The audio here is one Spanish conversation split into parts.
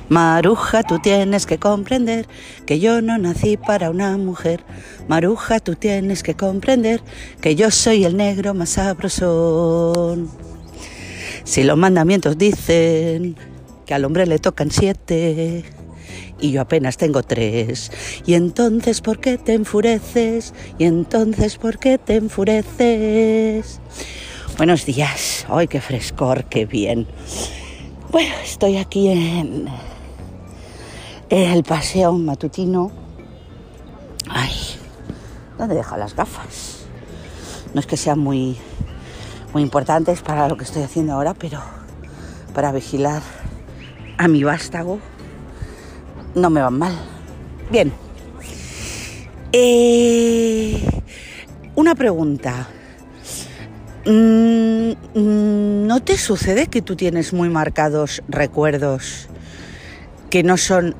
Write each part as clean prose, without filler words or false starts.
Maruja, tú tienes que comprender que yo no nací para una mujer. Maruja, tú tienes que comprender que yo soy el negro más sabrosón. Si los mandamientos dicen que al hombre le tocan 7 y yo apenas tengo 3, y entonces ¿por qué te enfureces? Y entonces ¿por qué te enfureces? Buenos días, ¡ay, qué frescor, qué bien! Bueno, estoy aquí en el paseo matutino. Ay, ¿dónde he dejado las gafas? No es que sean muy importantes para lo que estoy haciendo ahora, pero para vigilar a mi vástago no me van mal. Bien. Una pregunta. ¿No te sucede que tú tienes muy marcados recuerdos que no son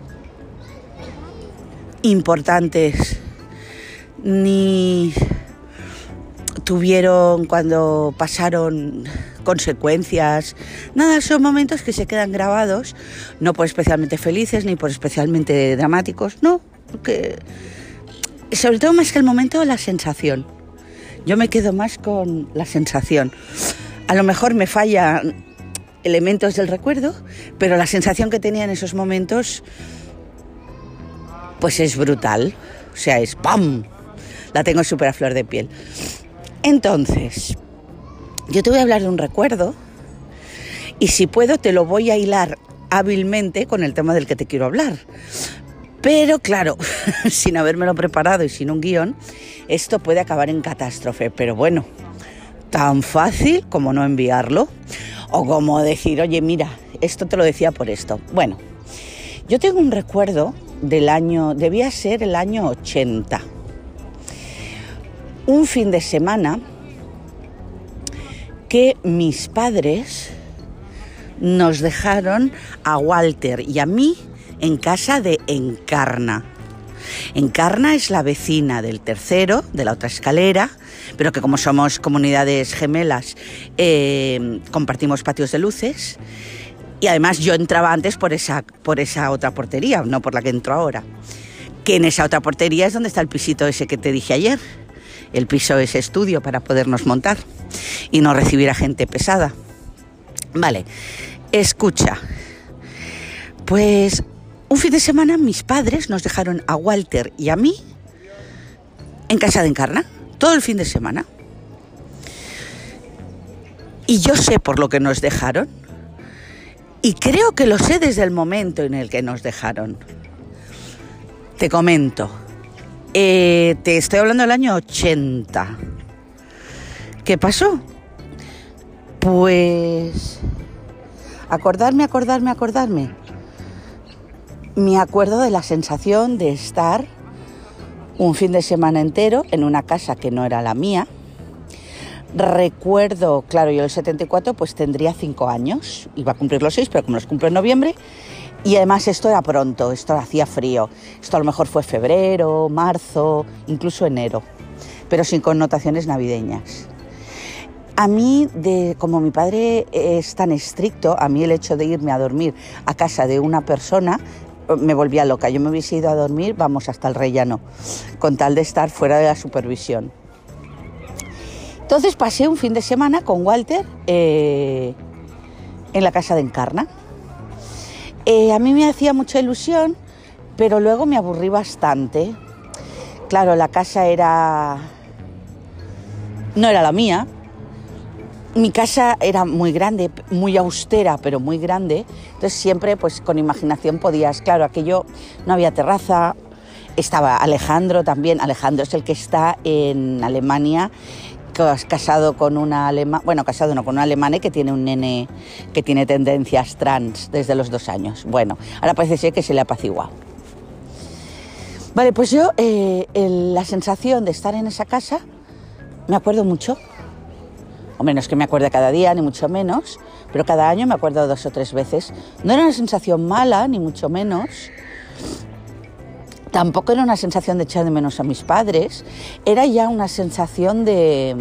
importantes ni tuvieron cuando pasaron consecuencias? Nada, son momentos que se quedan grabados, no por especialmente felices ni por especialmente dramáticos, no, porque sobre todo más que el momento, la sensación. Yo me quedo más con la sensación. A lo mejor me fallan elementos del recuerdo, pero la sensación que tenía en esos momentos pues es brutal, o sea, es ¡pam! La tengo súper a flor de piel. Entonces, yo te voy a hablar de un recuerdo y si puedo te lo voy a hilar hábilmente con el tema del que te quiero hablar. Pero claro, sin habérmelo preparado y sin un guión, esto puede acabar en catástrofe. Pero bueno, tan fácil como no enviarlo o como decir, oye, mira, esto te lo decía por esto. Bueno, yo tengo un recuerdo del año, debía ser el año 80. Un fin de semana que mis padres nos dejaron a Walter y a mí en casa de Encarna. Encarna es la vecina del tercero, de la otra escalera, pero que como somos comunidades gemelas, compartimos patios de luces. Y además yo entraba antes por esa otra portería, no por la que entro ahora. Que en esa otra portería es donde está el pisito ese que te dije ayer. El piso es estudio para podernos montar y no recibir a gente pesada. Vale, escucha. Pues un fin de semana mis padres nos dejaron a Walter y a mí en casa de Encarna, todo el fin de semana. Y yo sé por lo que nos dejaron y creo que lo sé desde el momento en el que nos dejaron. Te comento, te estoy hablando del año 80. ¿Qué pasó? Pues acordarme. Me acuerdo de la sensación de estar un fin de semana entero en una casa que no era la mía. Recuerdo, claro, yo el 74 pues tendría 5 años, iba a cumplir los 6, pero como los cumplo en noviembre, y además esto era pronto, esto hacía frío, esto a lo mejor fue febrero, marzo, incluso enero, pero sin connotaciones navideñas. A mí, como mi padre es tan estricto, a mí el hecho de irme a dormir a casa de una persona me volvía loca. Yo me hubiese ido a dormir, vamos, hasta el rellano, con tal de estar fuera de la supervisión. Entonces pasé un fin de semana con Walter en la casa de Encarna. A mí me hacía mucha ilusión, pero luego me aburrí bastante. Claro, la casa no era la mía. Mi casa era muy grande, muy austera, pero muy grande. Entonces siempre pues con imaginación podías, claro, aquello no había terraza. Estaba Alejandro también. Alejandro es el que está en Alemania, casado con una alemana, bueno, casado no, con una alemana que tiene un nene que tiene tendencias trans desde los 2 años. Bueno, ahora parece ser que se le ha apaciguado. Vale, pues yo la sensación de estar en esa casa me acuerdo mucho. Hombre, no es que me acuerde cada día, ni mucho menos, pero cada año me acuerdo 2 o 3 veces. No era una sensación mala, ni mucho menos. Tampoco era una sensación de echar de menos a mis padres. Era ya una sensación de...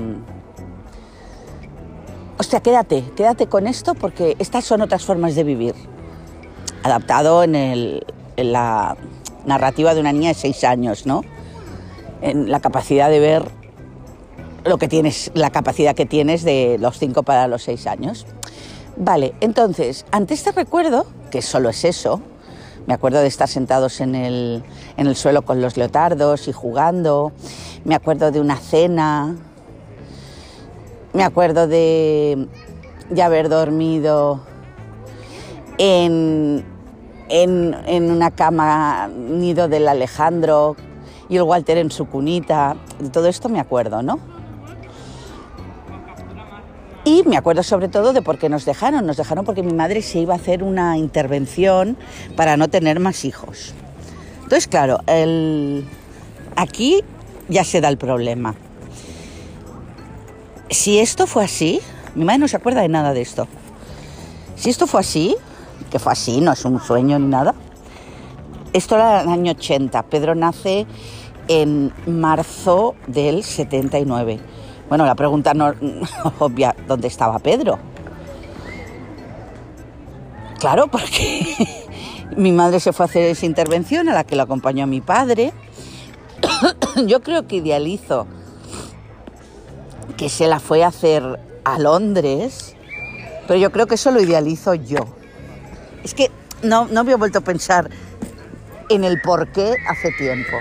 Hostia, quédate con esto porque estas son otras formas de vivir. adaptado en la narrativa de una niña de 6 años, ¿no? En la capacidad de ver lo que tienes, la capacidad que tienes de los 5 para los 6 años. Vale, entonces, ante este recuerdo, que solo es eso, me acuerdo de estar sentados en el suelo con los leotardos y jugando, me acuerdo de una cena, me acuerdo de haber dormido en una cama nido del Alejandro y el Walter en su cunita. De todo esto me acuerdo, ¿no? Y me acuerdo sobre todo de por qué nos dejaron. Nos dejaron porque mi madre se iba a hacer una intervención para no tener más hijos. Entonces, claro, aquí ya se da el problema. Si esto fue así, mi madre no se acuerda de nada de esto. Si esto fue así, que fue así, no es un sueño ni nada. Esto era el año 80. Pedro nace en marzo del 79. Bueno, la pregunta no obvia, ¿dónde estaba Pedro? Claro, porque mi madre se fue a hacer esa intervención a la que lo acompañó mi padre. Yo creo que idealizo que se la fue a hacer a Londres, pero yo creo que eso lo idealizo yo. Es que no había vuelto a pensar en el por qué hace tiempo.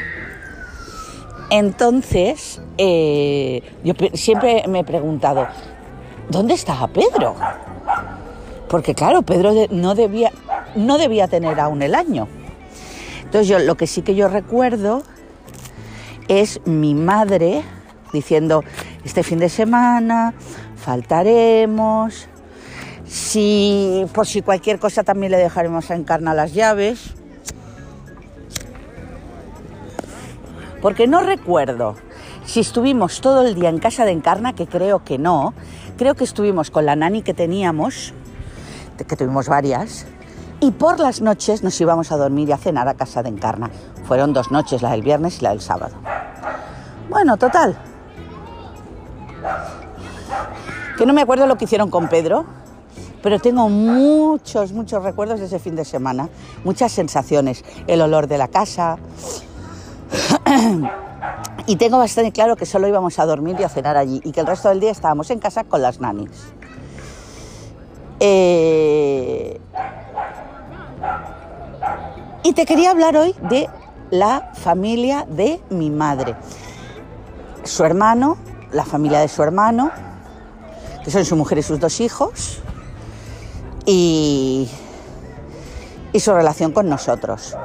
Entonces, yo siempre me he preguntado, ¿dónde estaba Pedro? Porque claro, Pedro no debía tener aún el año. Entonces, lo que sí que yo recuerdo es mi madre diciendo, este fin de semana faltaremos, por si cualquier cosa también le dejaremos a Encarna las llaves. Porque no recuerdo si estuvimos todo el día en casa de Encarna, que creo que no. Creo que estuvimos con la nani que teníamos, que tuvimos varias, y por las noches nos íbamos a dormir y a cenar a casa de Encarna. Fueron 2 noches, la del viernes y la del sábado. Bueno, total. Que no me acuerdo lo que hicieron con Pedro, pero tengo muchos recuerdos de ese fin de semana, muchas sensaciones, el olor de la casa. Y tengo bastante claro que solo íbamos a dormir y a cenar allí y que el resto del día estábamos en casa con las nanis. Y te quería hablar hoy de la familia de mi madre. Su hermano, la familia de su hermano, que son su mujer y sus 2 hijos, y su relación con nosotros.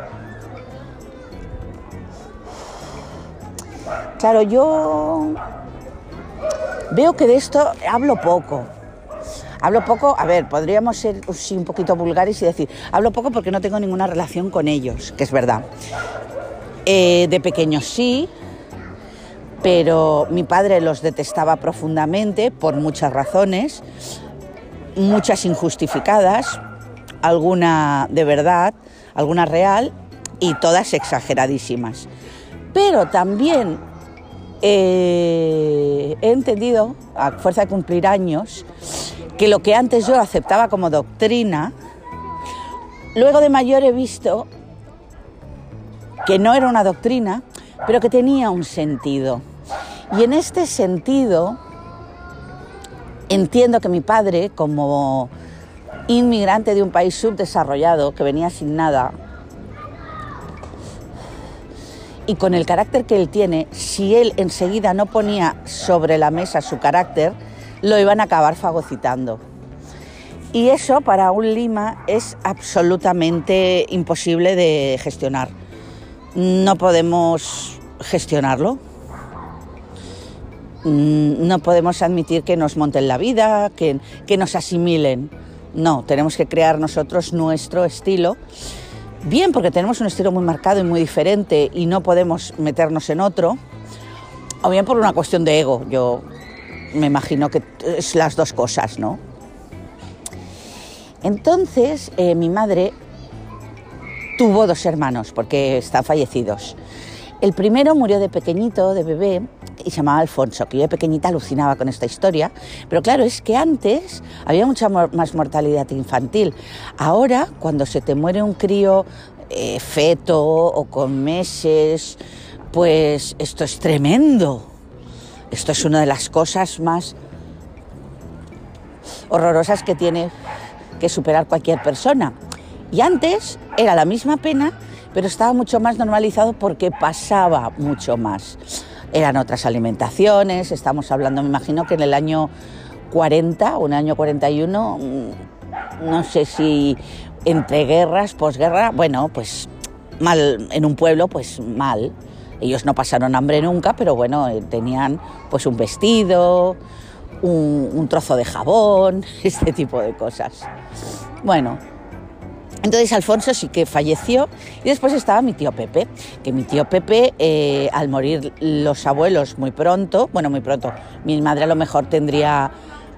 Claro, yo veo que de esto hablo poco, a ver, podríamos ser sí, un poquito vulgares y decir, hablo poco porque no tengo ninguna relación con ellos, que es verdad. De pequeños sí, pero mi padre los detestaba profundamente por muchas razones, muchas injustificadas, alguna de verdad, alguna real y todas exageradísimas. Pero también he entendido, a fuerza de cumplir años, que lo que antes yo aceptaba como doctrina, luego de mayor he visto que no era una doctrina, pero que tenía un sentido. Y en este sentido, entiendo que mi padre, como inmigrante de un país subdesarrollado, que venía sin nada, y con el carácter que él tiene, si él enseguida no ponía sobre la mesa su carácter, lo iban a acabar fagocitando. Y eso para un Lima es absolutamente imposible de gestionar. No podemos gestionarlo. No podemos admitir que nos monten la vida, que nos asimilen. No, tenemos que crear nosotros nuestro estilo. Bien, porque tenemos un estilo muy marcado y muy diferente y no podemos meternos en otro, o bien por una cuestión de ego. Yo me imagino que es las 2 cosas, ¿no? Entonces, mi madre tuvo 2 hermanos, porque están fallecidos, El primero murió de pequeñito, de bebé, y se llamaba Alfonso, que yo de pequeñita alucinaba con esta historia. Pero claro, es que antes había mucha más mortalidad infantil. Ahora, cuando se te muere un crío feto o con meses, pues esto es tremendo. Esto es una de las cosas más horrorosas que tiene que superar cualquier persona. Y antes era la misma pena, pero estaba mucho más normalizado porque pasaba mucho más. Eran otras alimentaciones, estamos hablando, me imagino que en el año 40 o en el año 41, no sé si entre guerras, posguerra, bueno, pues mal, en un pueblo pues mal. Ellos no pasaron hambre nunca, pero bueno, tenían pues un vestido, un trozo de jabón, este tipo de cosas. Bueno, entonces Alfonso sí que falleció y después estaba mi tío Pepe, que mi tío Pepe, al morir los abuelos muy pronto, mi madre a lo mejor tendría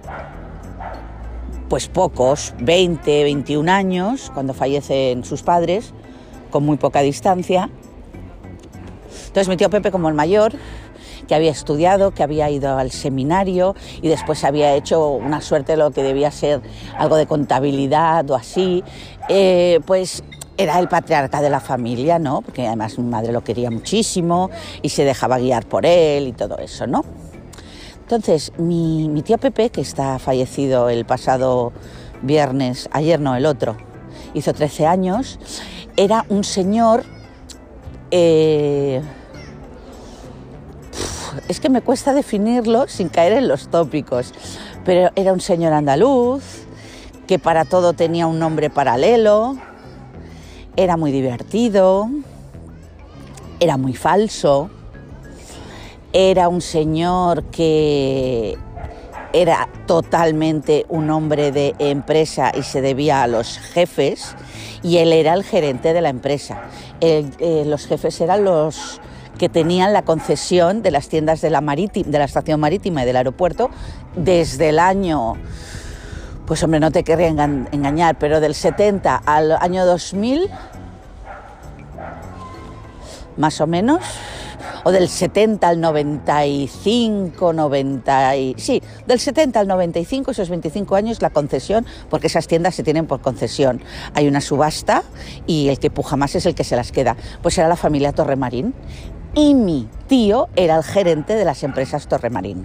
pues pocos, 20, 21 años, cuando fallecen sus padres, con muy poca distancia. Entonces mi tío Pepe, como el mayor, que había estudiado, que había ido al seminario y después había hecho una suerte de lo que debía ser algo de contabilidad o así, pues era el patriarca de la familia, ¿no? Porque además mi madre lo quería muchísimo y se dejaba guiar por él y todo eso, ¿no? Entonces, mi tío Pepe, que está fallecido el pasado viernes, ayer no, el otro, hizo 13 años, era un señor... es que me cuesta definirlo sin caer en los tópicos, pero era un señor andaluz que para todo tenía un nombre paralelo, era muy divertido, era muy falso, era un señor que era totalmente un hombre de empresa y se debía a los jefes y él era el gerente de la empresa. Los jefes eran los que tenían la concesión de las tiendas de la estación marítima y del aeropuerto desde el año, pues hombre, no te querría engañar, pero del 70 al año 2000, más o menos, o del 70 al 95, sí, del 70 al 95, esos 25 años, la concesión, porque esas tiendas se tienen por concesión. Hay una subasta y el que puja más es el que se las queda. Pues era la familia Torremarín. Y mi tío era el gerente de las empresas Torremarín.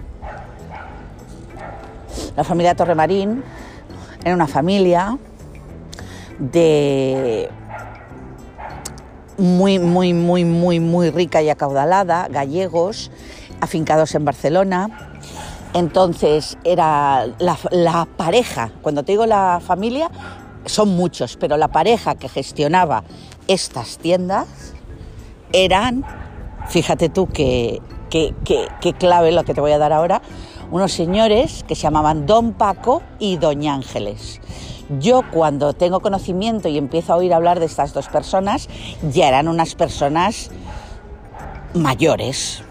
La familia Torremarín era una familia de muy rica y acaudalada, gallegos, afincados en Barcelona. Entonces era la pareja, cuando te digo la familia, son muchos, pero la pareja que gestionaba estas tiendas eran, fíjate tú qué clave lo que te voy a dar ahora, unos señores que se llamaban Don Paco y Doña Ángeles. Yo cuando tengo conocimiento y empiezo a oír hablar de estas dos personas, ya eran unas personas mayores.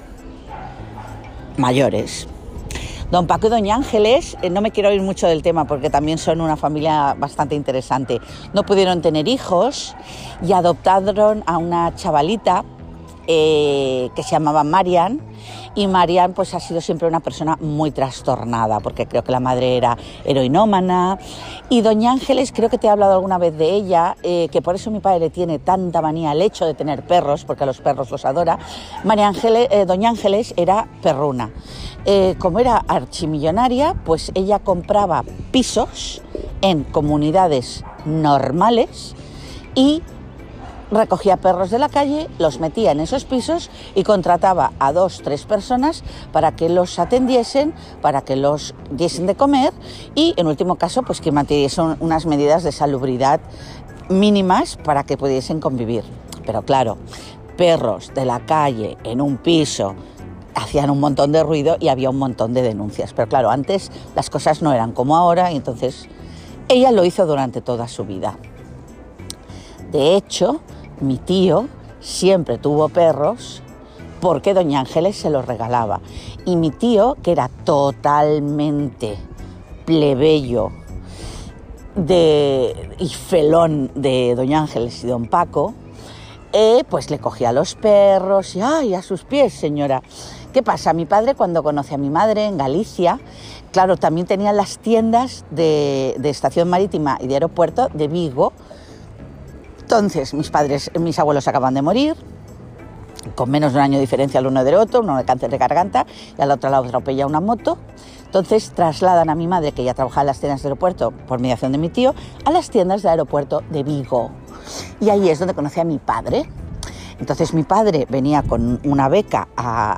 Don Paco y Doña Ángeles, no me quiero oír mucho del tema porque también son una familia bastante interesante. No pudieron tener hijos y adoptaron a una chavalita que se llamaba Marian, y Marian pues ha sido siempre una persona muy trastornada porque creo que la madre era heroinómana, y Doña Ángeles, creo que te he hablado alguna vez de ella, que por eso mi padre le tiene tanta manía al hecho de tener perros, porque a los perros los adora. Doña Ángeles era perruna, como era archimillonaria, pues ella compraba pisos en comunidades normales y recogía perros de la calle, los metía en esos pisos y contrataba a 2, 3 personas para que los atendiesen, para que los diesen de comer y, en último caso, pues que manteniesen unas medidas de salubridad mínimas para que pudiesen convivir. Pero claro, perros de la calle en un piso hacían un montón de ruido y había un montón de denuncias. Pero claro, antes las cosas no eran como ahora y entonces ella lo hizo durante toda su vida. De hecho, mi tío siempre tuvo perros porque Doña Ángeles se los regalaba. Y mi tío, que era totalmente plebeyo y felón de Doña Ángeles y Don Paco, pues le cogía a los perros y ¡ay, a sus pies, señora! ¿Qué pasa? Mi padre, cuando conoce a mi madre en Galicia, claro, también tenía las tiendas de estación marítima y de aeropuerto de Vigo. Entonces, mis abuelos acaban de morir, con menos de un año de diferencia el uno del otro, uno de cáncer de garganta y al otro lado atropella una moto. Entonces trasladan a mi madre, que ya trabajaba en las tiendas de aeropuerto por mediación de mi tío, a las tiendas de aeropuerto de Vigo. Y ahí es donde conocí a mi padre. Entonces mi padre venía con una beca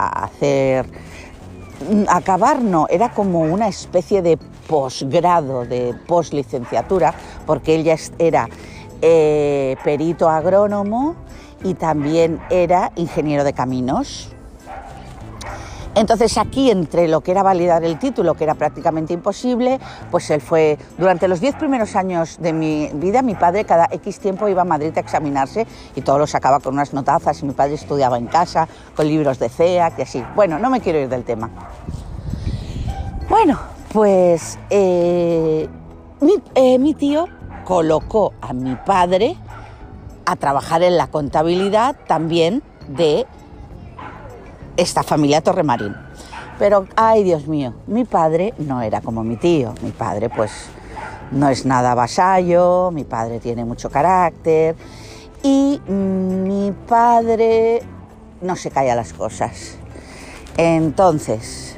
era como una especie de posgrado, de poslicenciatura, porque él ya era perito agrónomo y también era ingeniero de caminos. Entonces aquí, entre lo que era validar el título, que era prácticamente imposible, pues él fue, durante los 10 primeros años de mi vida, mi padre cada X tiempo iba a Madrid a examinarse y todo lo sacaba con unas notazas, y mi padre estudiaba en casa, con libros de CEAC y así. Bueno, no me quiero ir del tema. Bueno, pues mi tío colocó a mi padre a trabajar en la contabilidad también de esta familia Torremarín. Pero, ay Dios mío, mi padre no era como mi tío. Mi padre pues no es nada vasallo, mi padre tiene mucho carácter y mi padre no se calla las cosas. Entonces,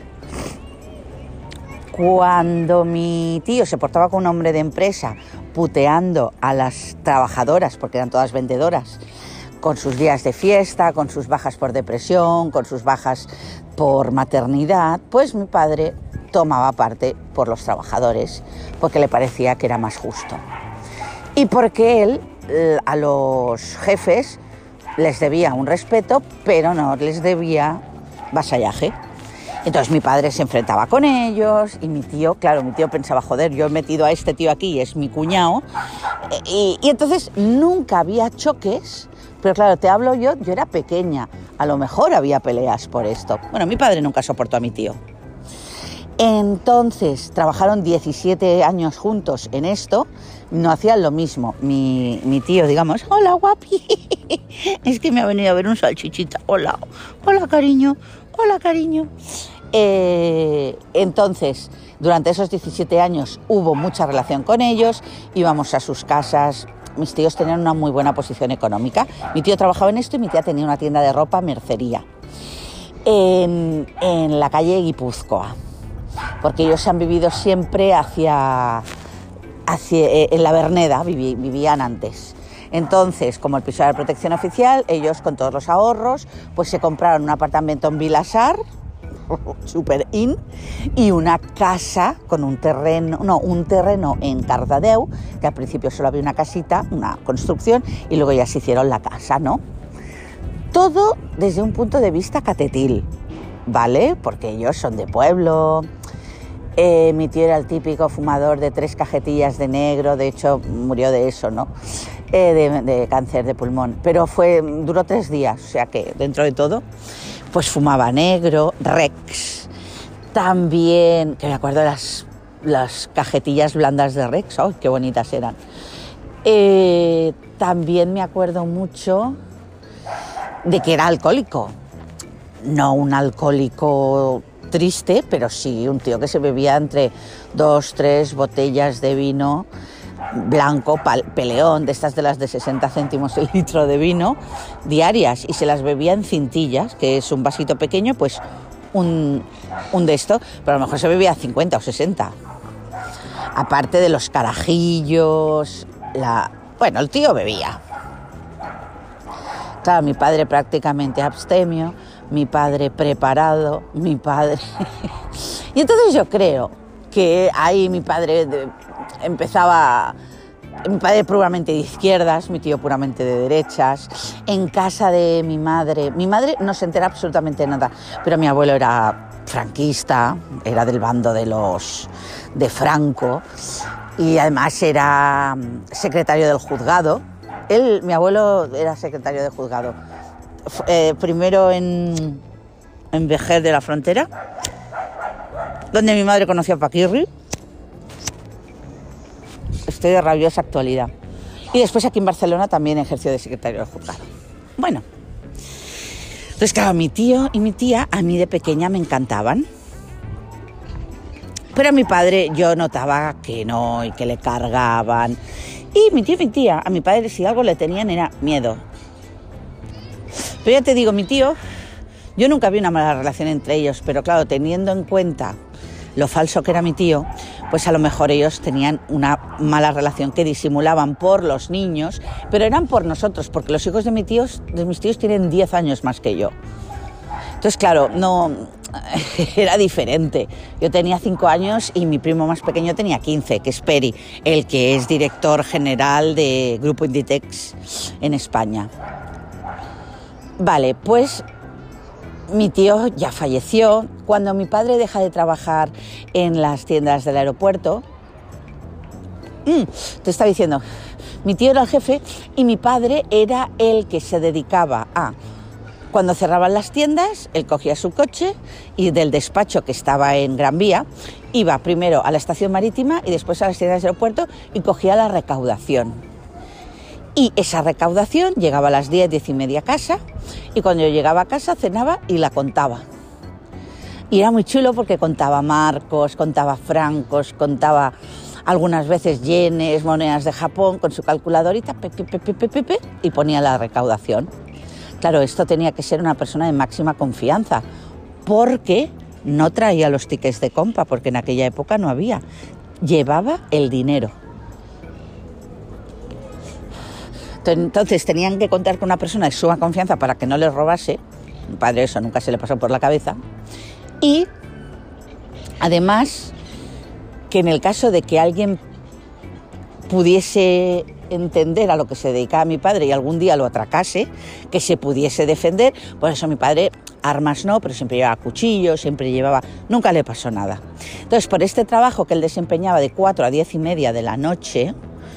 cuando mi tío se portaba con un hombre de empresa puteando a las trabajadoras, porque eran todas vendedoras, con sus días de fiesta, con sus bajas por depresión, con sus bajas por maternidad, pues mi padre tomaba parte por los trabajadores, porque le parecía que era más justo. Y porque él a los jefes les debía un respeto, pero no les debía vasallaje. Entonces mi padre se enfrentaba con ellos y mi tío pensaba, joder, yo he metido a este tío aquí, es mi cuñado. Y entonces nunca había choques. Pero claro, te hablo yo era pequeña, a lo mejor había peleas por esto. Bueno, mi padre nunca soportó a mi tío. Entonces, trabajaron 17 años juntos en esto, no hacían lo mismo. Mi tío, digamos, hola guapi, es que me ha venido a ver un salchichita, hola cariño, hola cariño. Entonces, durante esos 17 años hubo mucha relación con ellos, íbamos a sus casas. Mis tíos tenían una muy buena posición económica. Mi tío trabajaba en esto y mi tía tenía una tienda de ropa, mercería, en la calle Guipúzcoa, porque ellos han vivido siempre en la Verneda, vivían antes. Entonces, como el piso era de protección oficial, ellos con todos los ahorros, pues se compraron un apartamento en Vilasar, super in, y una casa con un terreno en Cardedeu, que al principio solo había una casita, una construcción, y luego ya se hicieron la casa, ¿no? Todo desde un punto de vista catetil, ¿vale? Porque ellos son de pueblo. Mi tío era el típico fumador de 3 cajetillas de negro, de hecho murió de eso, ¿no? De cáncer de pulmón, pero duró 3 días, o sea que dentro de todo pues fumaba negro, Rex, también, que me acuerdo de las cajetillas blandas de Rex, ¡oh, qué bonitas eran! También me acuerdo mucho de que era alcohólico, no un alcohólico triste, pero sí un tío que se bebía entre 2, 3 botellas de vino blanco, peleón, de estas de las de 60 céntimos el litro de vino, diarias, y se las bebía en cintillas, que es un vasito pequeño, pues un de esto, pero a lo mejor se bebía 50 o 60. Aparte de los carajillos, bueno, el tío bebía. Claro, mi padre prácticamente abstemio, mi padre preparado, mi padre... Y entonces yo creo que ahí mi padre mi padre puramente de izquierdas, mi tío puramente de derechas. En casa de mi madre no se entera absolutamente de nada, pero mi abuelo era franquista, era del bando de Franco, y además era secretario del juzgado. Mi abuelo era secretario de juzgado, primero en Vejer de la Frontera, donde mi madre conoció a Paquirri. Estoy de rabiosa actualidad. Y después aquí en Barcelona también ejerció de secretario del juzgado. Bueno, entonces claro, mi tío y mi tía a mí de pequeña me encantaban. Pero a mi padre yo notaba que no y que le cargaban. Y mi tío y mi tía, a mi padre si algo le tenían era miedo. Pero ya te digo, mi tío, yo nunca vi una mala relación entre ellos, pero claro, teniendo en cuenta lo falso que era mi tío, pues a lo mejor ellos tenían una mala relación que disimulaban por los niños, pero eran por nosotros, porque los hijos de mis tíos tienen 10 años más que yo. Entonces, claro, no era diferente. Yo tenía 5 años y mi primo más pequeño tenía 15, que es Peri, el que es director general de Grupo Inditex en España. Vale, pues mi tío ya falleció. Cuando mi padre deja de trabajar en las tiendas del aeropuerto, te estaba diciendo, mi tío era el jefe y mi padre era el que se dedicaba a... Cuando cerraban las tiendas, él cogía su coche y del despacho que estaba en Gran Vía, iba primero a la estación marítima y después a las tiendas del aeropuerto y cogía la recaudación. Y esa recaudación llegaba a las 10, 10 y media a casa, y cuando yo llegaba a casa cenaba y la contaba. Y era muy chulo porque contaba marcos, contaba francos, contaba algunas veces yenes, monedas de Japón, con su calculadorita, y ponía la recaudación. Claro, esto tenía que ser una persona de máxima confianza, porque no traía los tickets de compra, porque en aquella época no había. Llevaba el dinero. Entonces tenían que contar con una persona de suma confianza para que no les robase. Mi padre eso nunca se le pasó por la cabeza. Y además que en el caso de que alguien pudiese entender a lo que se dedicaba mi padre y algún día lo atracase, que se pudiese defender. Por eso mi padre, armas no, pero siempre llevaba cuchillos, nunca le pasó nada. Entonces, por este trabajo que él desempeñaba de 4 a 10 y media de la noche,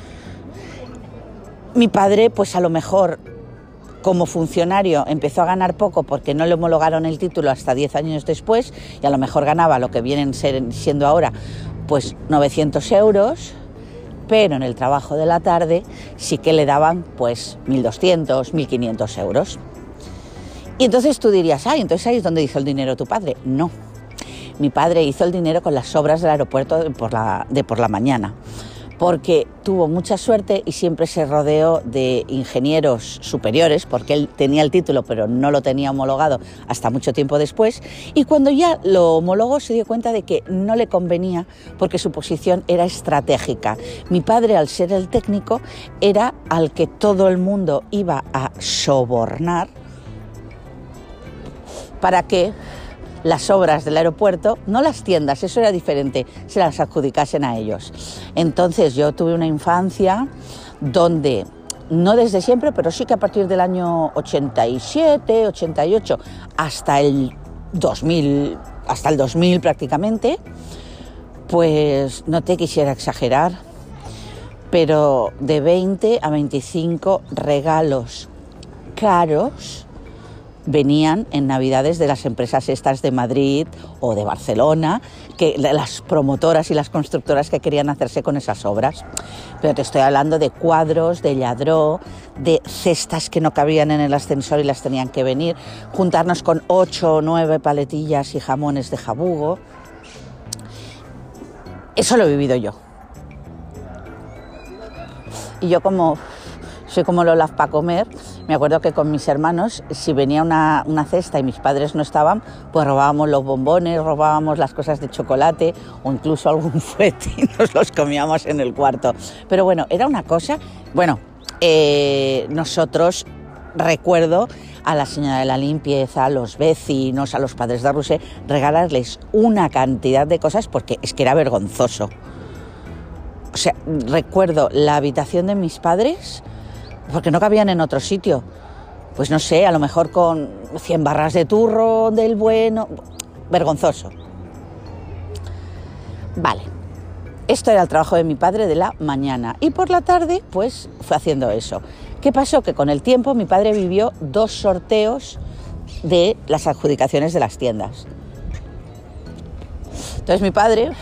mi padre, pues a lo mejor como funcionario empezó a ganar poco porque no le homologaron el título hasta 10 años después, y a lo mejor ganaba lo que vienen siendo ahora, pues 900 euros, pero en el trabajo de la tarde sí que le daban pues 1.200, 1.500 euros. Y entonces tú dirías, entonces ahí es donde hizo el dinero tu padre. No, mi padre hizo el dinero con las obras del aeropuerto de por la mañana, porque tuvo mucha suerte y siempre se rodeó de ingenieros superiores, porque él tenía el título pero no lo tenía homologado hasta mucho tiempo después, y cuando ya lo homologó se dio cuenta de que no le convenía porque su posición era estratégica. Mi padre, al ser el técnico, era al que todo el mundo iba a sobornar para que las obras del aeropuerto, no las tiendas, eso era diferente, se las adjudicasen a ellos. Entonces yo tuve una infancia donde, no desde siempre, pero sí que a partir del año 87, 88, hasta el 2000 prácticamente, pues no te quisiera exagerar, pero de 20 a 25 regalos caros venían en Navidades de las empresas estas de Madrid o de Barcelona, que las promotoras y las constructoras que querían hacerse con esas obras. Pero te estoy hablando de cuadros, de lladró, de cestas que no cabían en el ascensor y las tenían que venir, juntarnos con 8 o 9 paletillas y jamones de jabugo. Eso lo he vivido yo. Y yo soy como Lola para comer, me acuerdo que con mis hermanos, si venía una cesta y mis padres no estaban, pues robábamos los bombones, robábamos las cosas de chocolate o incluso algún fuete y nos los comíamos en el cuarto. Pero bueno, era una cosa... nosotros, recuerdo a la señora de la limpieza, a los vecinos, a los padres de Rusé, regalarles una cantidad de cosas porque es que era vergonzoso. O sea, recuerdo la habitación de mis padres porque no cabían en otro sitio. Pues no sé, a lo mejor con 100 barras de turro del bueno... Vergonzoso. Vale. Esto era el trabajo de mi padre de la mañana. Y por la tarde, pues, fue haciendo eso. ¿Qué pasó? Que con el tiempo mi padre vivió 2 sorteos de las adjudicaciones de las tiendas. Entonces mi padre,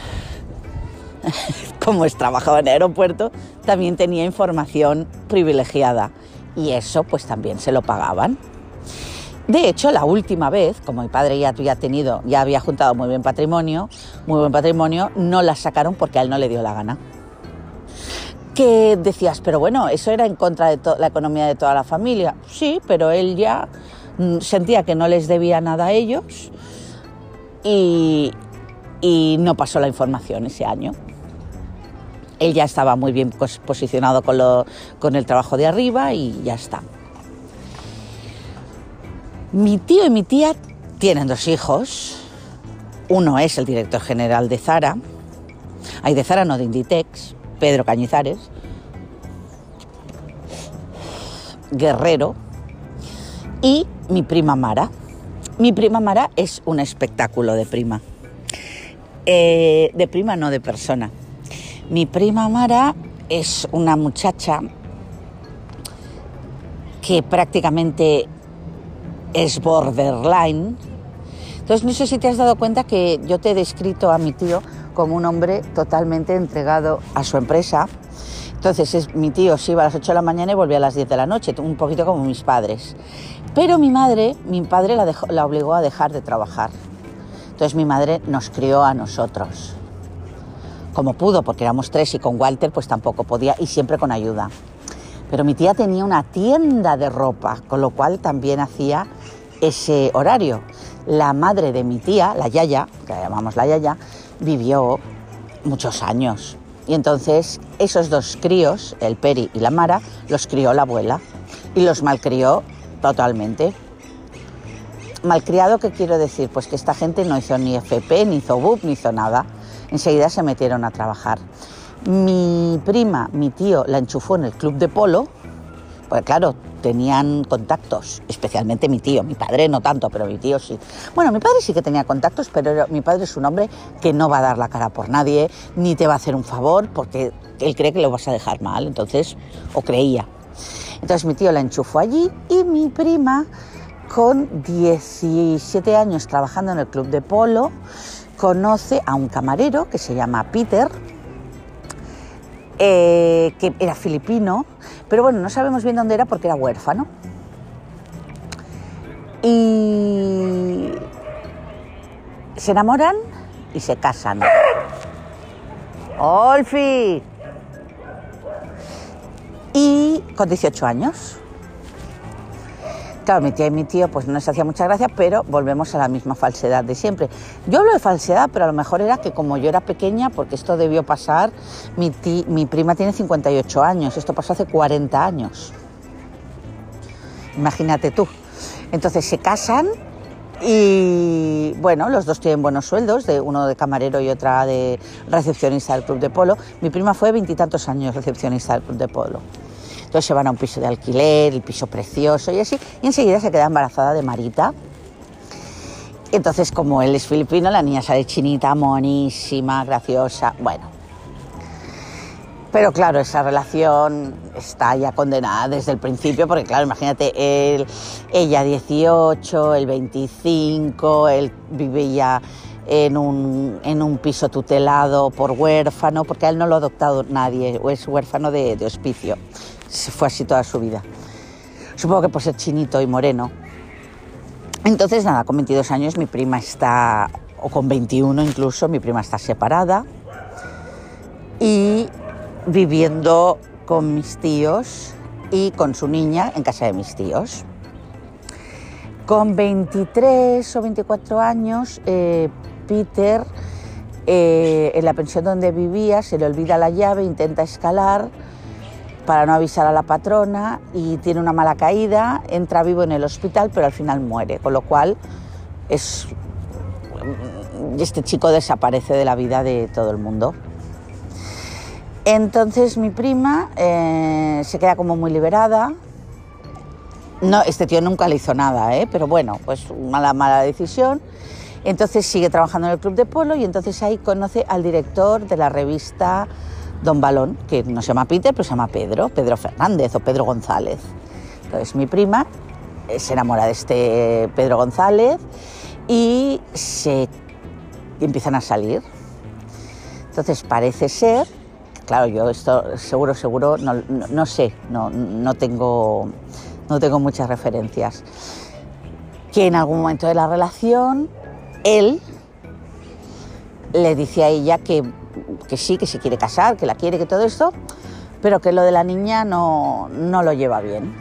como trabajaba en el aeropuerto, también tenía información privilegiada. y eso pues también se lo pagaban. De hecho, la última vez, como mi padre ya había juntado muy buen patrimonio, no la sacaron porque a él no le dio la gana. Que decías, pero bueno, eso era en contra de la economía de toda la familia. Sí, pero él ya sentía que no les debía nada a ellos y no pasó la información ese año. Él ya estaba muy bien posicionado con el trabajo de arriba y ya está. Mi tío y mi tía tienen 2 hijos. Uno es el director general de Zara. De Zara, no, de Inditex, Pedro Cañizares. Guerrero. Y mi prima Mara. Mi prima Mara es un espectáculo de prima. De prima, no de persona. Mi prima Mara es una muchacha que prácticamente es borderline. Entonces no sé si te has dado cuenta que yo te he descrito a mi tío como un hombre totalmente entregado a su empresa. Entonces mi tío se iba a las 8 de la mañana y volvía a las 10 de la noche, un poquito como mis padres. Pero mi padre la obligó a dejar de trabajar. Entonces mi madre nos crió a nosotros, como pudo, porque éramos 3 y con Walter pues tampoco podía y siempre con ayuda. Pero mi tía tenía una tienda de ropa, con lo cual también hacía ese horario. La madre de mi tía, la Yaya, que la llamamos la Yaya, vivió muchos años. Y entonces esos 2 críos, el Peri y la Mara, los crió la abuela y los malcrió totalmente. ¿Malcriado qué quiero decir? Pues que esta gente no hizo ni FP, ni hizo BUP, ni hizo nada. Enseguida se metieron a trabajar. Mi prima, mi tío, la enchufó en el club de polo, porque claro, tenían contactos, especialmente mi tío, mi padre no tanto, pero mi tío sí. Bueno, mi padre sí que tenía contactos, pero mi padre es un hombre que no va a dar la cara por nadie, ni te va a hacer un favor, porque él cree que lo vas a dejar mal, entonces, o creía. Entonces mi tío la enchufó allí y mi prima, con 17 años trabajando en el club de polo, conoce a un camarero que se llama Peter, que era filipino, pero bueno, no sabemos bien dónde era porque era huérfano. Y se enamoran y se casan. ¡Olfi! Y con 18 años. Claro, mi tía y mi tío pues no les hacía mucha gracia, pero volvemos a la misma falsedad de siempre. Yo hablo de falsedad, pero a lo mejor era que como yo era pequeña, porque esto debió pasar, mi prima tiene 58 años, esto pasó hace 40 años. Imagínate tú. Entonces se casan y bueno, los 2 tienen buenos sueldos, uno de camarero y otra de recepcionista del club de polo. Mi prima fue 20 y tantos años recepcionista del club de polo. Entonces se van a un piso de alquiler, el piso precioso y así, y enseguida se queda embarazada de Marita. Entonces, como él es filipino, la niña sale chinita, monísima, graciosa, bueno. Pero claro, esa relación está ya condenada desde el principio, porque claro, imagínate, ella 18, él 25, él vivía en un piso tutelado por huérfano, porque a él no lo ha adoptado nadie, o es huérfano de hospicio. Se fue así toda su vida. Supongo que por ser chinito y moreno. Entonces, nada, con 22 años mi prima está, o con 21 incluso, mi prima está separada y viviendo con mis tíos y con su niña en casa de mis tíos. Con 23 o 24 años, Peter, en la pensión donde vivía, se le olvida la llave, intenta escalar para no avisar a la patrona y tiene una mala caída, entra vivo en el hospital, pero al final muere, con lo cual este chico desaparece de la vida de todo el mundo. Entonces mi prima se queda como muy liberada. No, este tío nunca le hizo nada, pero bueno, pues mala decisión. Entonces sigue trabajando en el club de polo y entonces ahí conoce al director de la revista Don Balón, que no se llama Peter, pero se llama Pedro Fernández o Pedro González. Entonces mi prima se enamora de este Pedro González y empiezan a salir. Entonces parece ser, claro, yo esto seguro, no sé, no tengo muchas referencias. Que en algún momento de la relación, él le dice a ella que sí, que se quiere casar, que la quiere, que todo esto, pero que lo de la niña no lo lleva bien.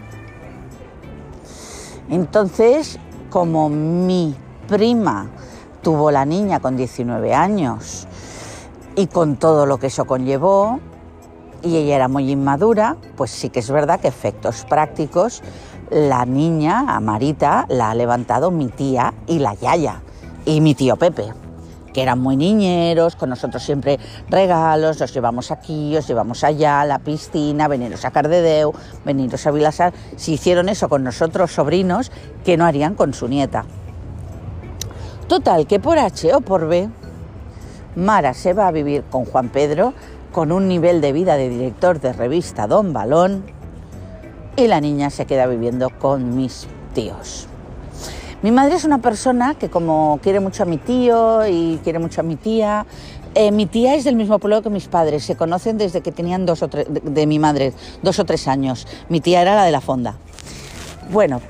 Entonces, como mi prima tuvo la niña con 19 años y con todo lo que eso conllevó, y ella era muy inmadura, pues sí que es verdad que efectos prácticos, la niña, a Marita, la ha levantado mi tía y la yaya, y mi tío Pepe, que eran muy niñeros, con nosotros siempre regalos, os llevamos aquí, os llevamos allá, a la piscina, veniros a Cardedeu, veniros a Vilasar. Si hicieron eso con nosotros sobrinos, ¿qué no harían con su nieta? Total, que por H o por B, Mara se va a vivir con Juan Pedro, con un nivel de vida de director de revista Don Balón, y la niña se queda viviendo con mis tíos. Mi madre es una persona que, como quiere mucho a mi tío y quiere mucho a mi tía es del mismo pueblo que mis padres, se conocen desde que tenían 2 o 3, de mi madre, 2 o 3 años. Mi tía era la de la fonda. Bueno,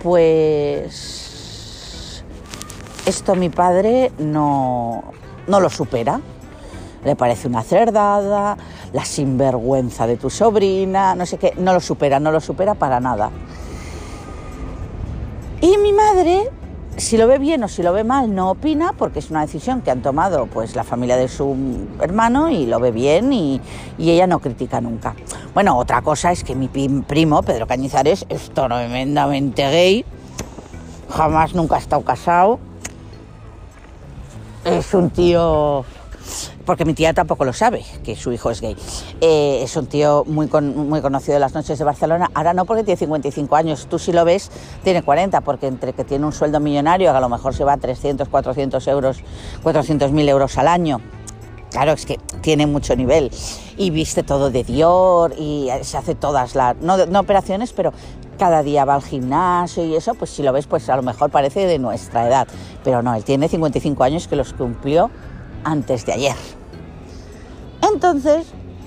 pues esto mi padre no lo supera. Le parece una cerdada, la sinvergüenza de tu sobrina, no sé qué, no lo supera para nada. Y mi madre, si lo ve bien o si lo ve mal, no opina, porque es una decisión que han tomado pues la familia de su hermano y lo ve bien y ella no critica nunca. Bueno, otra cosa es que mi primo, Pedro Cañizares, es tremendamente gay, jamás nunca ha estado casado, es un tío... porque mi tía tampoco lo sabe, que su hijo es gay. Es un tío muy conocido de las noches de Barcelona. Ahora no, porque tiene 55 años. Tú, si lo ves, tiene 40, porque entre que tiene un sueldo millonario, que a lo mejor se va a 300, 400.000 euros al año. Claro, es que tiene mucho nivel. Y viste todo de Dior y se hace todas las... No operaciones, pero cada día va al gimnasio y eso, pues si lo ves, pues a lo mejor parece de nuestra edad. Pero no, él tiene 55 años, que los cumplió antes de ayer. Entonces,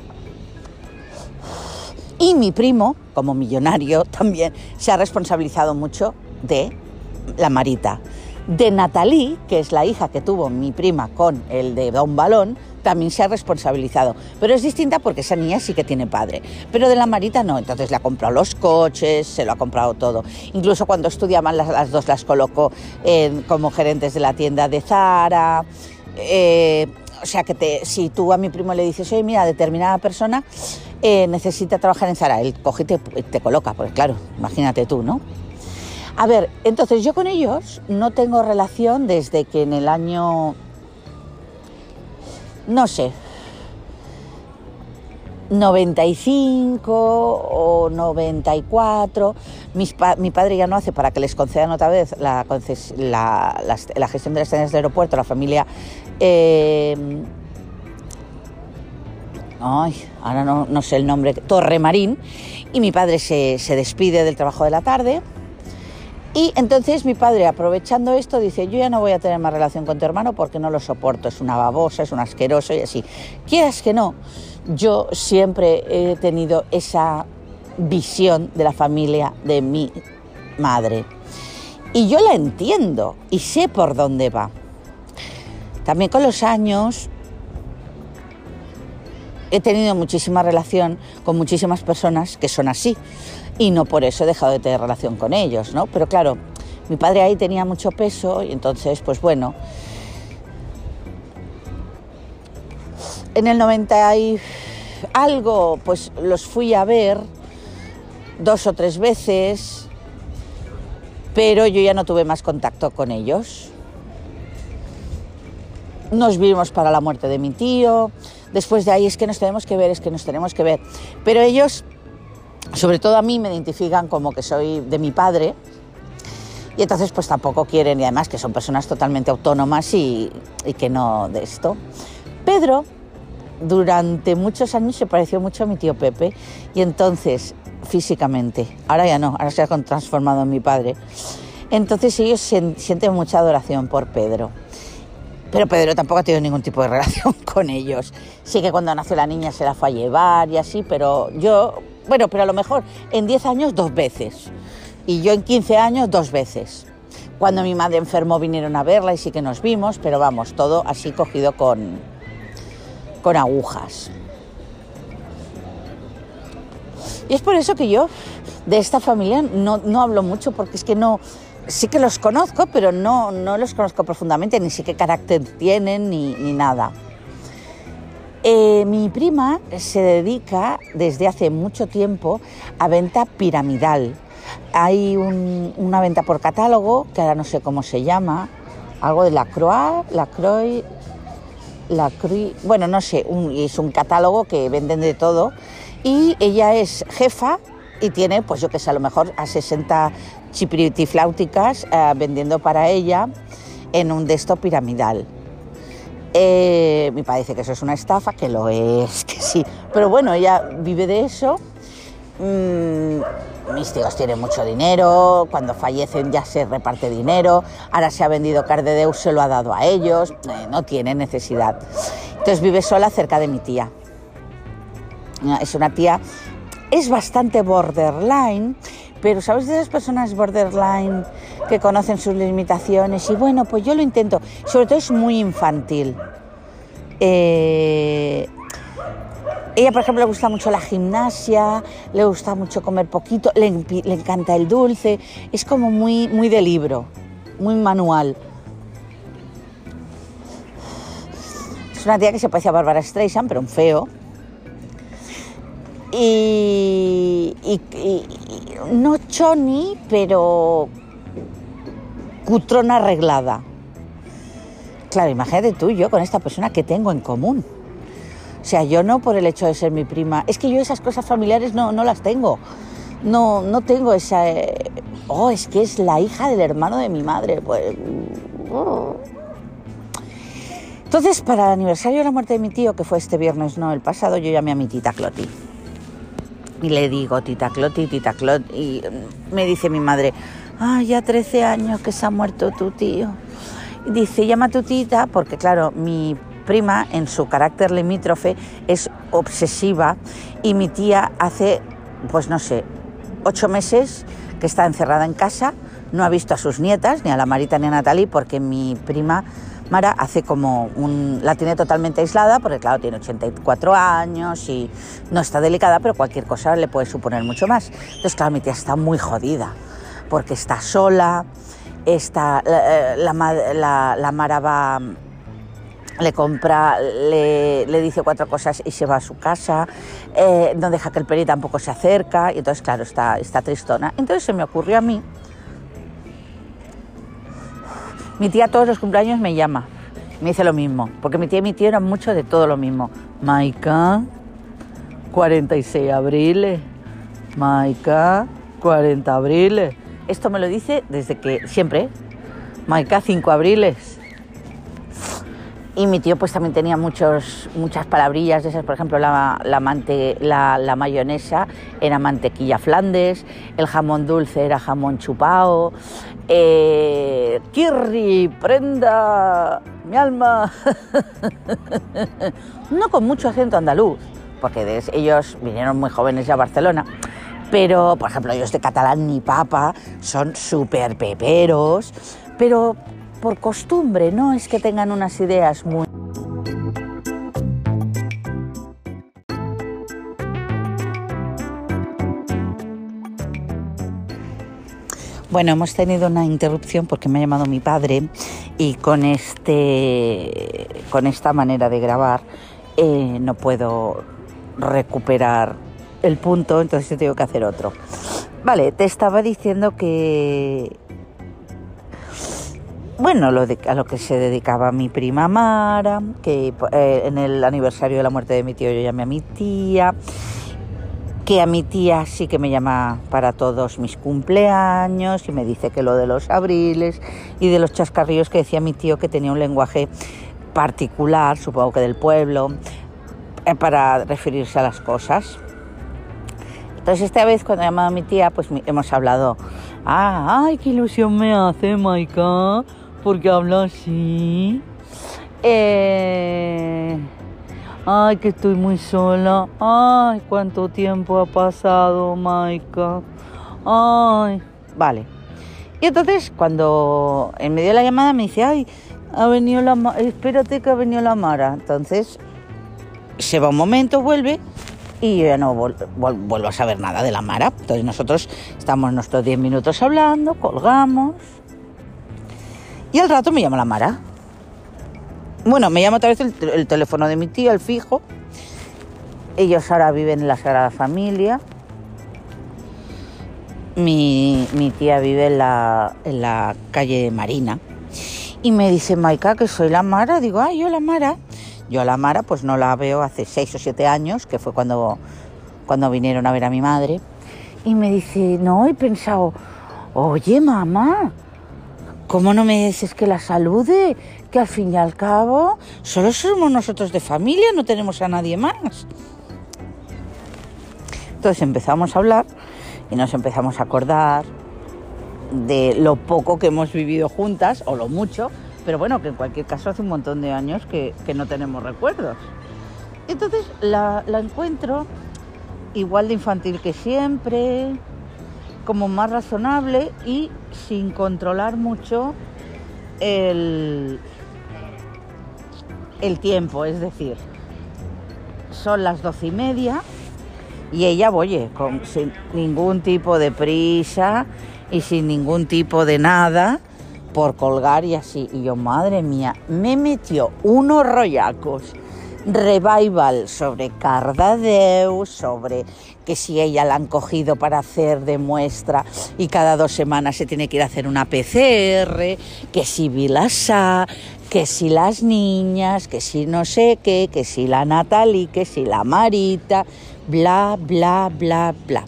y mi primo, como millonario, también se ha responsabilizado mucho de la Marita. De Natalie, que es la hija que tuvo mi prima con el de Don Balón, también se ha responsabilizado. Pero es distinta porque esa niña sí que tiene padre. Pero de la Marita no, entonces le ha comprado los coches, se lo ha comprado todo. Incluso cuando estudiaban las dos las colocó como gerentes de la tienda de Zara. O sea que si tú a mi primo le dices, oye, mira, determinada persona necesita trabajar en Zara, él coge y te coloca, porque claro, imagínate tú, ¿no? A ver, entonces yo con ellos no tengo relación desde que en el año, no sé, 95 o 94, mi padre ya no hace, para que les concedan otra vez la gestión de las tiendas del aeropuerto, la familia... ahora no sé el nombre, Torremarín, y mi padre se despide del trabajo de la tarde. Y entonces mi padre, aprovechando esto, dice, yo ya no voy a tener más relación con tu hermano porque no lo soporto, es una babosa, es un asqueroso y así. Quieras que no, yo siempre he tenido esa visión de la familia de mi madre. Y yo la entiendo y sé por dónde va. También con los años he tenido muchísima relación con muchísimas personas que son así. Y no por eso he dejado de tener relación con ellos, ¿no? Pero claro, mi padre ahí tenía mucho peso y entonces, pues bueno, en el 90 y algo, pues los fui a ver 2 o 3 veces, pero yo ya no tuve más contacto con ellos. Nos vimos para la muerte de mi tío, después de ahí es que nos tenemos que ver, pero ellos... Sobre todo a mí me identifican como que soy de mi padre y entonces pues tampoco quieren, y además que son personas totalmente autónomas y que no de esto. Pedro durante muchos años se pareció mucho a mi tío Pepe y entonces físicamente, ahora ya no, ahora se ha transformado en mi padre. Entonces ellos sienten mucha adoración por Pedro. Pero Pedro tampoco ha tenido ningún tipo de relación con ellos. Sí que cuando nació la niña se la fue a llevar y así, pero yo, bueno, pero a lo mejor en 10 años 2 veces. Y yo en 15 años 2 veces. Cuando mi madre enfermó vinieron a verla y sí que nos vimos, pero vamos, todo así cogido con agujas. Y es por eso que yo de esta familia no hablo mucho, porque es que no... Sí que los conozco, pero no los conozco profundamente, ni sé qué carácter tienen, ni nada. Mi prima se dedica desde hace mucho tiempo a venta piramidal. Hay una venta por catálogo, que ahora no sé cómo se llama, algo de Lacroix, bueno, no sé, es un catálogo que venden de todo, y ella es jefa y tiene, pues yo que sé, a lo mejor a 60 chipiritifláuticas vendiendo para ella en un desktop piramidal. Mi padre dice que eso es una estafa, que lo es, que sí, pero bueno, ella vive de eso. Mis tíos tienen mucho dinero, cuando fallecen ya se reparte dinero, ahora se ha vendido Cardedeu, se lo ha dado a ellos, no tiene necesidad. Entonces vive sola cerca de mi tía. Es una tía, es bastante borderline, pero ¿sabes de esas personas borderline que conocen sus limitaciones? Y bueno, pues yo lo intento, sobre todo es muy infantil. Ella, por ejemplo, le gusta mucho la gimnasia, le gusta mucho comer poquito, le encanta el dulce, es como muy de libro, muy manual. Es una tía que se parece a Bárbara Streisand, pero un feo. Y no choni, pero cutrona arreglada. Claro, imagínate tú y yo con esta persona que tengo en común. O sea, yo no por el hecho de ser mi prima, es que yo esas cosas familiares no las tengo. No tengo esa... es que es la hija del hermano de mi madre. Pues... Entonces, para el aniversario de la muerte de mi tío, que fue este viernes, no el pasado, yo llamé a mi tita Cloti. Y le digo, tita Cloti, y me dice mi madre, ya 13 años que se ha muerto tu tío. Y dice, llama a tu tita, porque claro, mi prima, en su carácter limítrofe, es obsesiva, y mi tía hace, pues no sé, 8 meses que está encerrada en casa, no ha visto a sus nietas, ni a la Marita ni a Natalie, porque mi prima Mara hace como la tiene totalmente aislada, porque claro, tiene 84 años y no está delicada, pero cualquier cosa le puede suponer mucho más. Entonces, claro, mi tía está muy jodida, porque está sola, la Mara va, le compra, le dice 4 cosas y se va a su casa, no deja que el Peri tampoco se acerca, y entonces, claro, está tristona. Entonces se me ocurrió a mí. Mi tía todos los cumpleaños me llama, me dice lo mismo, porque mi tía y mi tío eran mucho de todo lo mismo. Maica, 46 abriles, Maica, 40 abriles. Esto me lo dice desde que siempre, Maica, 5 abriles. Y mi tío pues también tenía muchas palabrillas de esas, por ejemplo, la mayonesa era mantequilla Flandes, el jamón dulce era jamón chupao, Kirri, prenda, mi alma. No con mucho acento andaluz, porque ellos vinieron muy jóvenes ya a Barcelona, pero, por ejemplo, ellos de catalán ni papa, son súper peperos, pero por costumbre, no es que tengan unas ideas muy... Bueno, hemos tenido una interrupción porque me ha llamado mi padre y con esta manera de grabar no puedo recuperar el punto, entonces tengo que hacer otro. Vale, te estaba diciendo que... Bueno, a lo que se dedicaba mi prima Mara, que en el aniversario de la muerte de mi tío yo llamé a mi tía, que a mi tía sí que me llama para todos mis cumpleaños y me dice que lo de los abriles y de los chascarrillos que decía mi tío, que tenía un lenguaje particular, supongo que del pueblo, para referirse a las cosas. Entonces esta vez cuando he llamado a mi tía, pues hemos hablado, ay, qué ilusión me hace, Maica, porque habla así. Ay, que estoy muy sola. Ay, cuánto tiempo ha pasado, Maika. Ay, vale. Y entonces, cuando en medio de la llamada me dice, ay, ha venido espérate que ha venido la Mara. Entonces, se va un momento, vuelve, y yo ya no vuelvo a saber nada de la Mara. Entonces nosotros estamos nuestros 10 minutos hablando, colgamos, y al rato me llama la Mara. Bueno, me llama otra vez el teléfono de mi tía, el fijo. Ellos ahora viven en la Sagrada Familia. Mi tía vive en la calle Marina. Y me dice, Maika, que soy la Mara. Digo, ay, yo la Mara. Yo a la Mara pues no la veo hace 6 o 7 años, que fue cuando vinieron a ver a mi madre. Y me dice, no, he pensado, oye, mamá, ¿cómo no me dices que la salude? Que al fin y al cabo solo somos nosotros de familia, no tenemos a nadie más. Entonces empezamos a hablar y nos empezamos a acordar de lo poco que hemos vivido juntas, o lo mucho, pero bueno, que en cualquier caso hace un montón de años que no tenemos recuerdos. Entonces la encuentro igual de infantil que siempre, como más razonable y sin controlar mucho el tiempo, es decir, son las 12:30 y ella, oye, sin ningún tipo de prisa y sin ningún tipo de nada por colgar y así. Y yo, madre mía, me metió unos rollacos revival sobre Cardedeu, sobre que si ella la han cogido para hacer de muestra y cada 2 semanas se tiene que ir a hacer una PCR, que si Vilasá, que si las niñas, que si no sé qué, que si la Natalie, que si la Marita, bla, bla, bla, bla.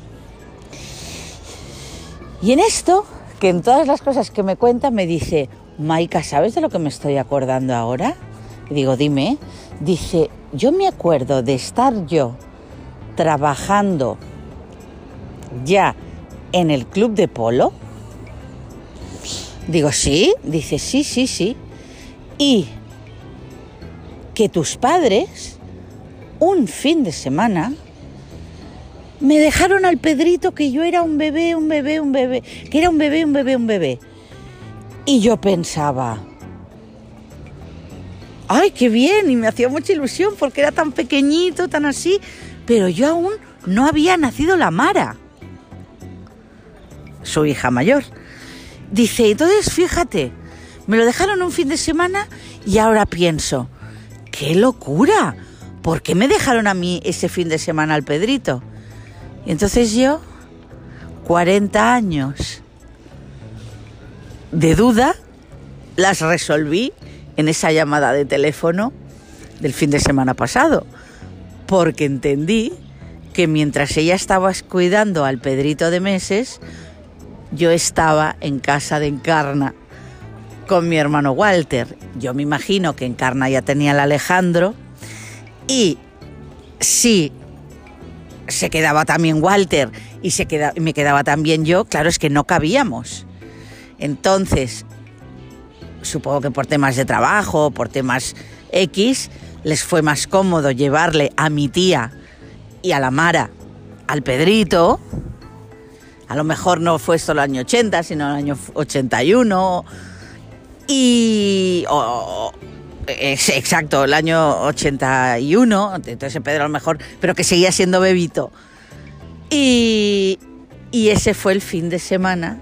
Y en esto, que en todas las cosas que me cuenta, me dice, Maika, ¿sabes de lo que me estoy acordando ahora? Y digo, dime. Dice, yo me acuerdo de estar yo trabajando ya en el club de polo. Digo, ¿sí? Dice, sí. Y que tus padres, un fin de semana, me dejaron al Pedrito, que yo era un bebé, que era un bebé. Y yo pensaba, ¡ay, qué bien! Y me hacía mucha ilusión porque era tan pequeñito, tan así, pero yo aún no había nacido la Mara, su hija mayor. Dice, entonces fíjate, me lo dejaron un fin de semana y ahora pienso, ¡qué locura! ¿Por qué me dejaron a mí ese fin de semana al Pedrito? Y entonces yo, 40 años de duda, las resolví en esa llamada de teléfono del fin de semana pasado, porque entendí que mientras ella estaba cuidando al Pedrito de meses, yo estaba en casa de Encarna con mi hermano Walter. Yo me imagino que Encarna ya tenía al Alejandro, y si se quedaba también Walter y me quedaba también yo, claro, es que no cabíamos. Entonces, supongo que por temas de trabajo, por temas X, les fue más cómodo llevarle a mi tía y a la Mara al Pedrito. A lo mejor no fue solo el año 80, sino el año 81. Exacto, el año 81. Entonces Pedro a lo mejor, pero que seguía siendo bebito. Y ese fue el fin de semana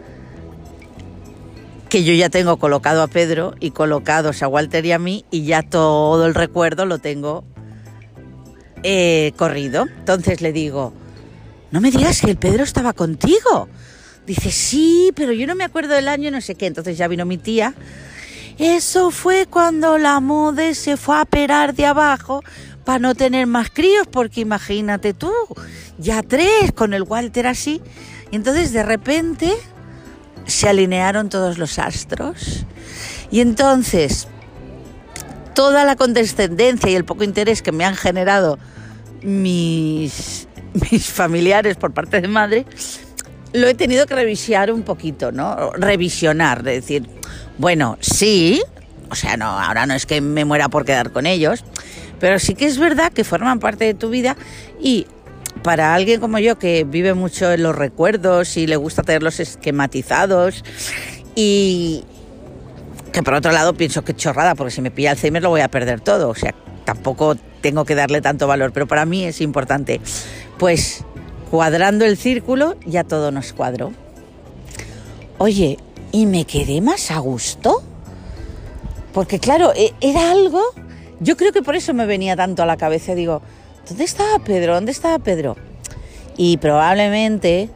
que yo ya tengo colocado a Pedro y colocados a Walter y a mí, y ya todo el recuerdo lo tengo corrido. Entonces le digo, no me digas que el Pedro estaba contigo. Dice, sí, pero yo no me acuerdo del año, no sé qué. Entonces ya vino mi tía. Eso fue cuando la Mode se fue a operar de abajo para no tener más críos, porque imagínate tú, ya 3 con el Walter así. Y entonces de repente se alinearon todos los astros. Y entonces toda la condescendencia y el poco interés que me han generado mis familiares por parte de madre, lo he tenido que revisar un poquito, ¿no? Revisionar, es decir, bueno, sí, O sea, no, ahora no es que me muera por quedar con ellos, pero sí que es verdad que forman parte de tu vida y para alguien como yo que vive mucho en los recuerdos y le gusta tenerlos esquematizados y que por otro lado pienso que chorrada, porque si me pilla Alzheimer lo voy a perder todo, o sea, tampoco tengo que darle tanto valor, pero para mí es importante. Pues cuadrando el círculo ya todo nos cuadró. Oye, y me quedé más a gusto, porque claro, era algo, yo creo que por eso me venía tanto a la cabeza, digo, ¿dónde estaba Pedro? ¿Dónde estaba Pedro? Y probablemente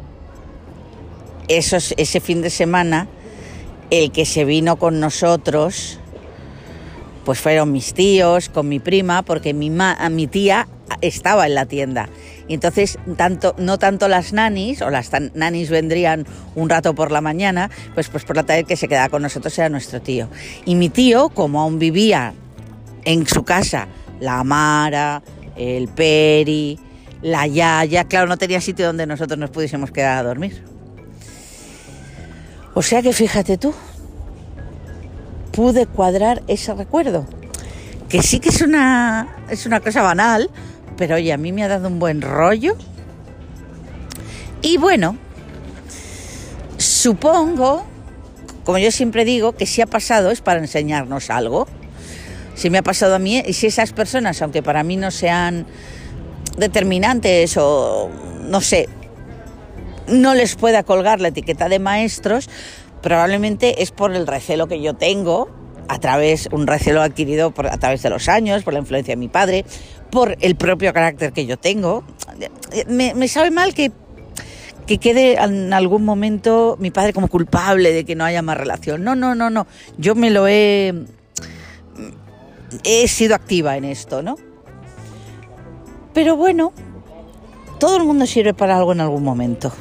ese fin de semana, el que se vino con nosotros, pues fueron mis tíos, con mi prima, porque mi tía estaba en la tienda. Y entonces, no tanto las nanis, o las nanis vendrían un rato por la mañana, pues por la tarde el que se quedaba con nosotros era nuestro tío. Y mi tío, como aún vivía en su casa, la Mara, el Peri, la Yaya, claro, no tenía sitio donde nosotros nos pudiésemos quedar a dormir. O sea que fíjate tú, pude cuadrar ese recuerdo, que sí que es una cosa banal, pero oye, a mí me ha dado un buen rollo. Y bueno, supongo, como yo siempre digo, que si ha pasado es para enseñarnos algo. Si me ha pasado a mí, y si esas personas, aunque para mí no sean determinantes o no sé, no les pueda colgar la etiqueta de maestros, probablemente es por el recelo que yo tengo, un recelo adquirido a través de los años, por la influencia de mi padre, por el propio carácter que yo tengo. Me sabe mal que quede en algún momento mi padre como culpable de que no haya más relación. No. Yo he sido activa en esto, ¿no? Pero bueno, todo el mundo sirve para algo en algún momento.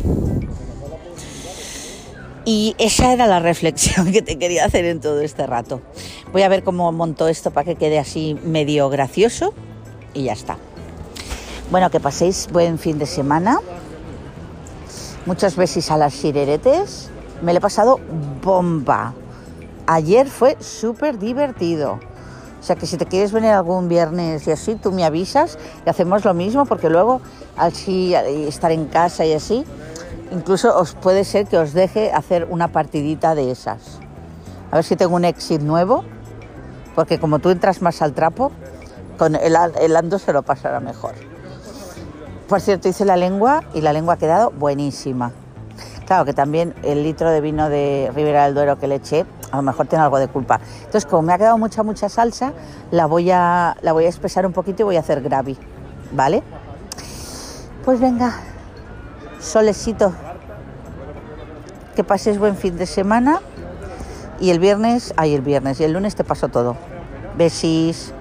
Y esa era la reflexión que te quería hacer en todo este rato. Voy a ver cómo monto esto para que quede así medio gracioso y ya está. Bueno, que paséis buen fin de semana. Muchos besis a las sireretes. Me lo he pasado bomba. Ayer fue súper divertido. O sea que si te quieres venir algún viernes y así, tú me avisas y hacemos lo mismo, porque luego así estar en casa y así, incluso puede ser que os deje hacer una partidita de esas. A ver si tengo un exit nuevo, porque como tú entras más al trapo, con el Ando se lo pasará mejor. Por cierto, hice la lengua y la lengua ha quedado buenísima. Claro que también el litro de vino de Ribera del Duero que le eché, a lo mejor tiene algo de culpa. Entonces, como me ha quedado mucha salsa, la voy a espesar un poquito y voy a hacer gravy, ¿vale? Pues venga, solecito, que pases buen fin de semana y el lunes te paso todo. Besis.